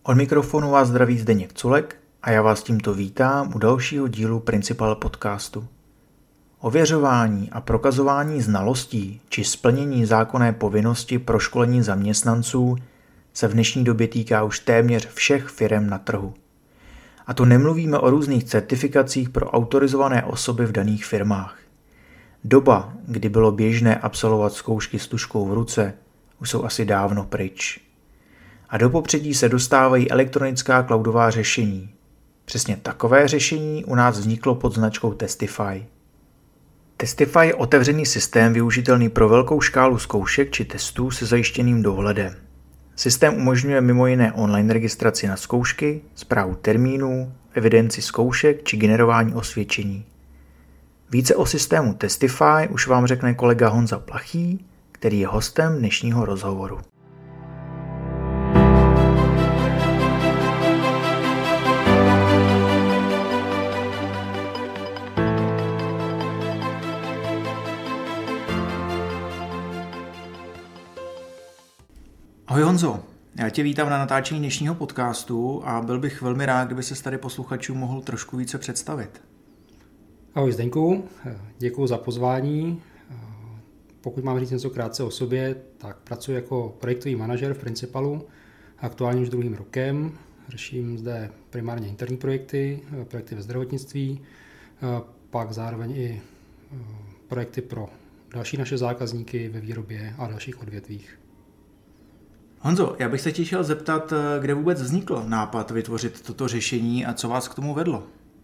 Od mikrofonu vás zdraví Zdeněk Culek a já vás tímto vítám u dalšího dílu Principal podcastu. Ověřování a prokazování znalostí či splnění zákonné povinnosti pro školení zaměstnanců se v dnešní době týká už téměř všech firem na trhu. A to nemluvíme o různých certifikacích pro autorizované osoby v daných firmách. Doba, kdy bylo běžné absolvovat zkoušky s tužkou v ruce, už jsou asi dávno pryč. A do popředí se dostávají elektronická cloudová řešení. Přesně takové řešení u nás vzniklo pod značkou Testify. Testify je otevřený systém využitelný pro velkou škálu zkoušek či testů se zajištěným dohledem. Systém umožňuje mimo jiné online registraci na zkoušky, správu termínů, evidenci zkoušek či generování osvědčení. Více o systému Testify už vám řekne kolega Honza Plachý, který je hostem dnešního rozhovoru. Ahoj Honzo, já tě vítám na natáčení dnešního podcastu a byl bych velmi rád, kdyby se tady posluchačům mohl trošku více představit. Ahoj Zdeňku, děkuji za pozvání. Pokud mám říct něco krátce o sobě, tak pracuji jako projektový manažer v Principalu, aktuálně už druhým rokem. Řeším zde primárně interní projekty ve zdravotnictví, pak zároveň i projekty pro další naše zákazníky ve výrobě a dalších odvětvích. Honzo, já bych se tě chtěl zeptat, kde vůbec vznikl nápad vytvořit toto řešení a co vás k tomu vedlo?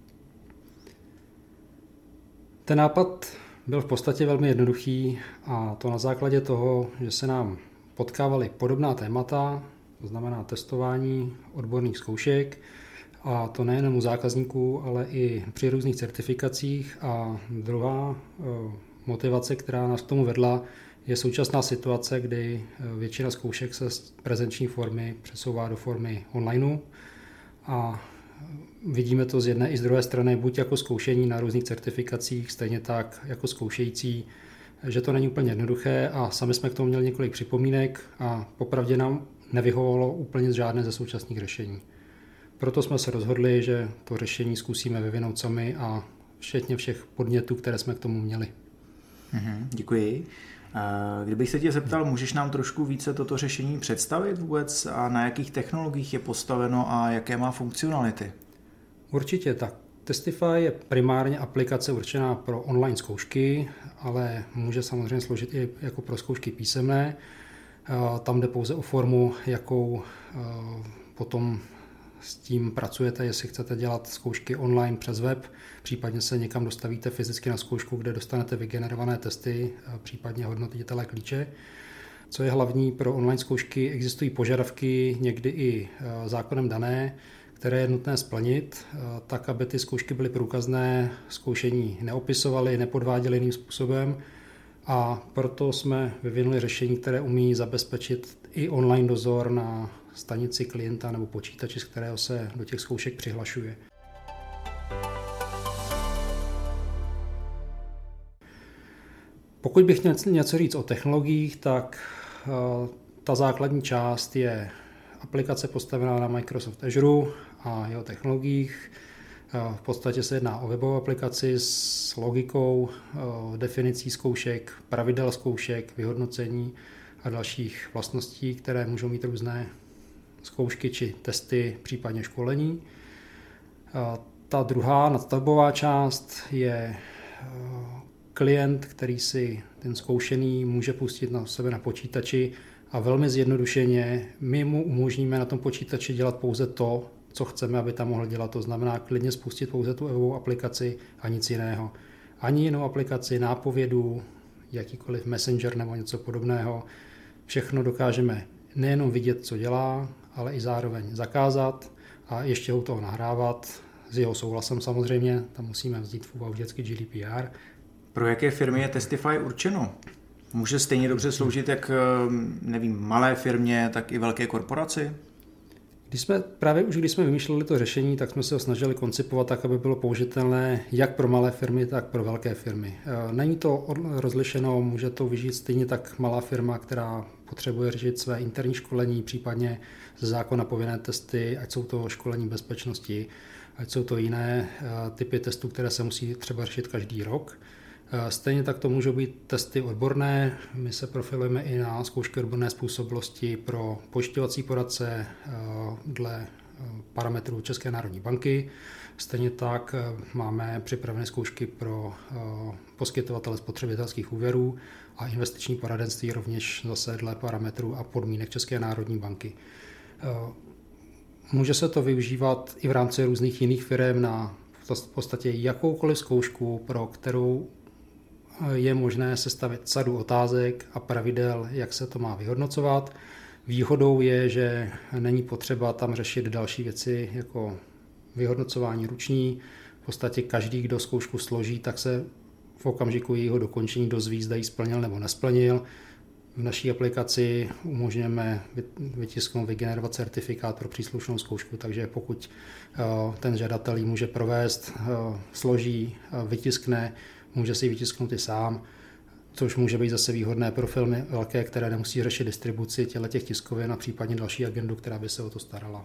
Ten nápad byl v podstatě velmi jednoduchý a to na základě toho, že se nám potkávaly podobná témata, to znamená testování odborných zkoušek, a to nejen u zákazníků, ale i při různých certifikacích. A druhá motivace, která nás k tomu vedla, je současná situace, kdy většina zkoušek se z prezenční formy přesouvá do formy onlineu a vidíme to z jedné i z druhé strany, buď jako zkoušení na různých certifikacích, stejně tak jako zkoušející, že to není úplně jednoduché a sami jsme k tomu měli několik připomínek a popravdě nám nevyhovovalo úplně žádné ze současných řešení. Proto jsme se rozhodli, že to řešení zkusíme vyvinout sami a včetně všech podnětů, které jsme k tomu měli. Děkuji. Kdybych se tě zeptal, můžeš nám trošku více toto řešení představit vůbec a na jakých technologiích je postaveno a jaké má funkcionality? Určitě tak. Testify je primárně aplikace určená pro online zkoušky, ale může samozřejmě sloužit i jako pro zkoušky písemné. Tam jde pouze o formu, jakou potom s tím pracujete, jestli chcete dělat zkoušky online přes web, případně se někam dostavíte fyzicky na zkoušku, kde dostanete vygenerované testy, případně hodnotitelé klíče. Co je hlavní pro online zkoušky, existují požadavky, někdy i zákonem dané, které je nutné splnit, tak aby ty zkoušky byly průkazné, zkoušení neopisovaly, nepodváděly jiným způsobem a proto jsme vyvinuli řešení, které umí zabezpečit i online dozor na stanici klienta nebo počítači, z kterého se do těch zkoušek přihlašuje. Pokud bych měl něco říct o technologiích, tak ta základní část je aplikace postavená na Microsoft Azure a jeho technologiích. V podstatě se jedná o webovou aplikaci s logikou, definicí zkoušek, pravidel zkoušek, vyhodnocení a dalších vlastností, které můžou mít různé zkoušky či testy, případně školení. Ta druhá nadstavbová část je klient, který si ten zkoušený může pustit na sebe na počítači a velmi zjednodušeně my mu umožníme na tom počítači dělat pouze to, co chceme, aby tam mohl dělat. To znamená klidně spustit pouze tu webovou aplikaci a nic jiného. Ani jinou aplikaci, nápovědu, jakýkoliv messenger nebo něco podobného. Všechno dokážeme nejenom vidět, co dělá, ale i zároveň zakázat a ještě u toho nahrávat s jeho souhlasem samozřejmě. Tam musíme vzít v úvahu vždycky GDPR. Pro jaké firmy je Testify určeno? Může stejně dobře sloužit jak, malé firmě, tak i velké korporaci? Když jsme vymýšleli to řešení, tak jsme se ho snažili koncipovat tak, aby bylo použitelné jak pro malé firmy, tak pro velké firmy. Není to rozlišeno, může to vyžít stejně tak malá firma, která potřebuje řešit své interní školení, případně ze zákona povinné testy, ať jsou to školení bezpečnosti, ať jsou to jiné typy testů, které se musí třeba řešit každý rok. Stejně tak to můžou být testy odborné. My se profilujeme i na zkoušky odborné způsobilosti pro pojišťovací poradce dle parametrů České národní banky. Stejně tak máme připravené zkoušky pro poskytovatele spotřebitelských úvěrů a investiční poradenství rovněž zase dle parametrů a podmínek České národní banky. Může se to využívat i v rámci různých jiných firm na v podstatě jakoukoliv zkoušku, pro kterou je možné sestavit sadu otázek a pravidel, jak se to má vyhodnocovat. Výhodou je, že není potřeba tam řešit další věci jako vyhodnocování ruční. V podstatě každý, kdo zkoušku složí, tak se v okamžiku jejího dokončení dozví, zda ji splnil nebo nesplnil. V naší aplikaci umožňujeme vytisknout, vygenerovat certifikát pro příslušnou zkoušku, takže pokud ten žadatel ji může provést, složí, vytiskne, může si ji vytisknout i sám, což může být zase výhodné pro firmy velké, které nemusí řešit distribuci těch tiskovin a případně další agendu, která by se o to starala.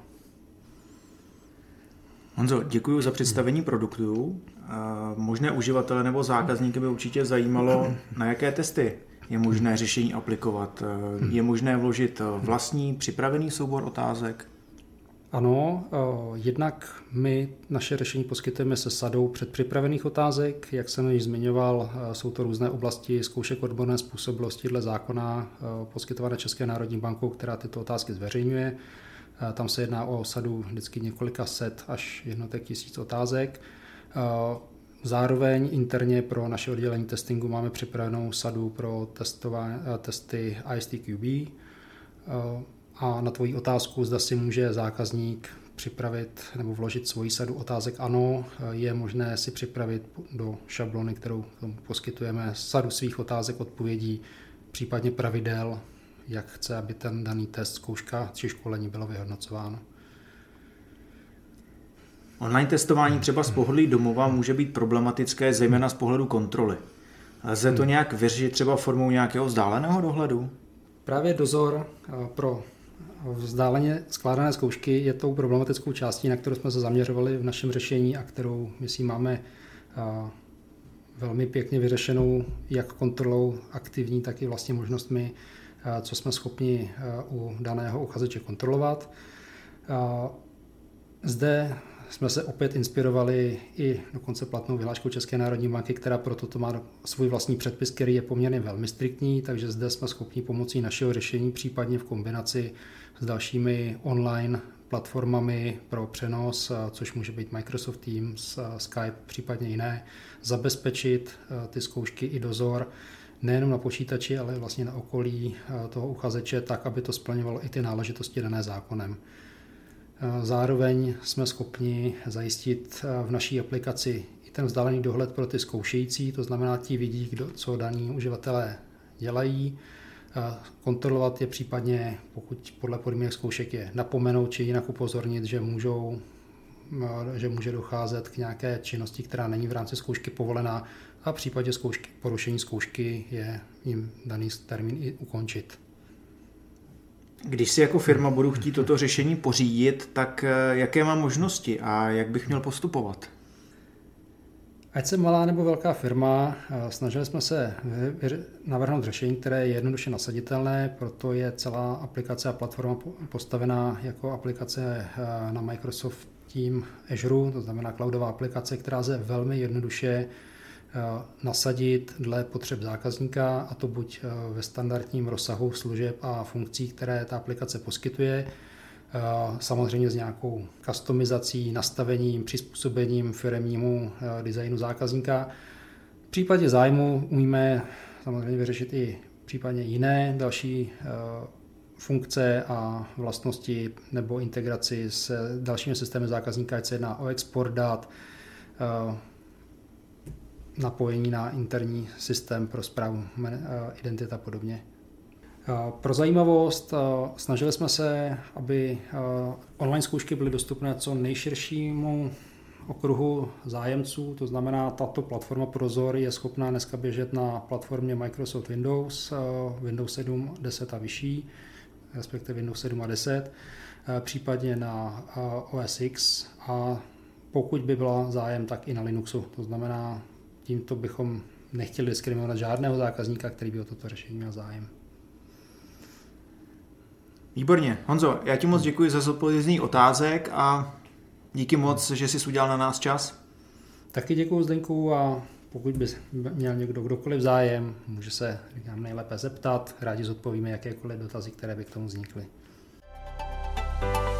Honzo, děkuji za představení produktů. Možné uživatele nebo zákazníky by určitě zajímalo, na jaké testy je možné řešení aplikovat. Je možné vložit vlastní připravený soubor otázek? Ano, jednak my naše řešení poskytujeme se sadou předpřipravených otázek. Jak jsem již zmiňoval, jsou to různé oblasti zkoušek odborné způsobilosti dle zákona poskytované České národní bankou, která tyto otázky zveřejňuje. Tam se jedná o sadu vždycky několika set až jednotek tisíc otázek. Zároveň interně pro naše oddělení testingu máme připravenou sadu pro testy ISTQB. A na tvoji otázku, zda si může zákazník připravit nebo vložit svoji sadu otázek, ano, je možné si připravit do šablony, kterou poskytujeme, sadu svých otázek, odpovědí, případně pravidel, jak chce, aby ten daný test, zkouška či školení bylo vyhodnocováno. Online testování třeba z pohodlí domova může být problematické, zejména z pohledu kontroly. Lze to nějak vyřešit třeba formou nějakého vzdáleného dohledu? Právě dozor pro vzdáleně skládané zkoušky je tou problematickou částí, na kterou jsme se zaměřovali v našem řešení a kterou, myslím, máme velmi pěkně vyřešenou jak kontrolou aktivní, tak i vlastně možnostmi, co jsme schopni u daného uchazeče kontrolovat. Zde jsme se opět inspirovali i dokonce platnou vyhláškou České národní banky, která pro toto má svůj vlastní předpis, který je poměrně velmi striktní, takže zde jsme schopni pomocí našeho řešení, případně v kombinaci s dalšími online platformami pro přenos, což může být Microsoft Teams, Skype, případně jiné, zabezpečit ty zkoušky i dozor nejenom na počítači, ale vlastně na okolí toho uchazeče, tak, aby to splňovalo i ty náležitosti dané zákonem. Zároveň jsme schopni zajistit v naší aplikaci i ten vzdálený dohled pro ty zkoušející, to znamená, ti vidí, co daní uživatelé dělají, kontrolovat je případně, pokud podle podmínek zkoušek je napomenout či jinak upozornit, že může docházet k nějaké činnosti, která není v rámci zkoušky povolená a v případě porušení zkoušky je jim daný termín i ukončit. Když si jako firma budu chtít toto řešení pořídit, tak jaké mám možnosti a jak bych měl postupovat? Ať jsem malá nebo velká firma, snažili jsme se navrhnout řešení, které je jednoduše nasaditelné, proto je celá aplikace a platforma postavená jako aplikace na Microsoft Team Azure, to znamená cloudová aplikace, která se velmi jednoduše nasadit dle potřeb zákazníka, a to buď ve standardním rozsahu služeb a funkcí, které ta aplikace poskytuje, samozřejmě s nějakou customizací, nastavením, přizpůsobením firemnímu designu zákazníka. V případě zájmu umíme samozřejmě vyřešit i případně jiné další funkce a vlastnosti nebo integraci s dalšími systémy zákazníka, ať se jedná o export dat, napojení na interní systém pro správu identit a podobně. Pro zajímavost, snažili jsme se, aby online zkoušky byly dostupné co nejširšímu okruhu zájemců, to znamená, tato platforma Prozor je schopná dneska běžet na platformě Microsoft Windows, Windows 7, 10 a vyšší, respektive Windows 7 a 10, případně na OS X a pokud by byla zájem, tak i na Linuxu. To znamená, tímto bychom nechtěli diskriminovat žádného zákazníka, který by o toto řešení měl zájem. Výborně. Honzo, já ti moc děkuji za zodpovězení otázek a díky moc, že jsi udělal na nás čas. Taky děkuji, Zdeňku, a pokud by měl někdo kdokoliv zájem, může se nejlépe zeptat. Rádi zodpovíme jakékoliv dotazy, které by k tomu vznikly.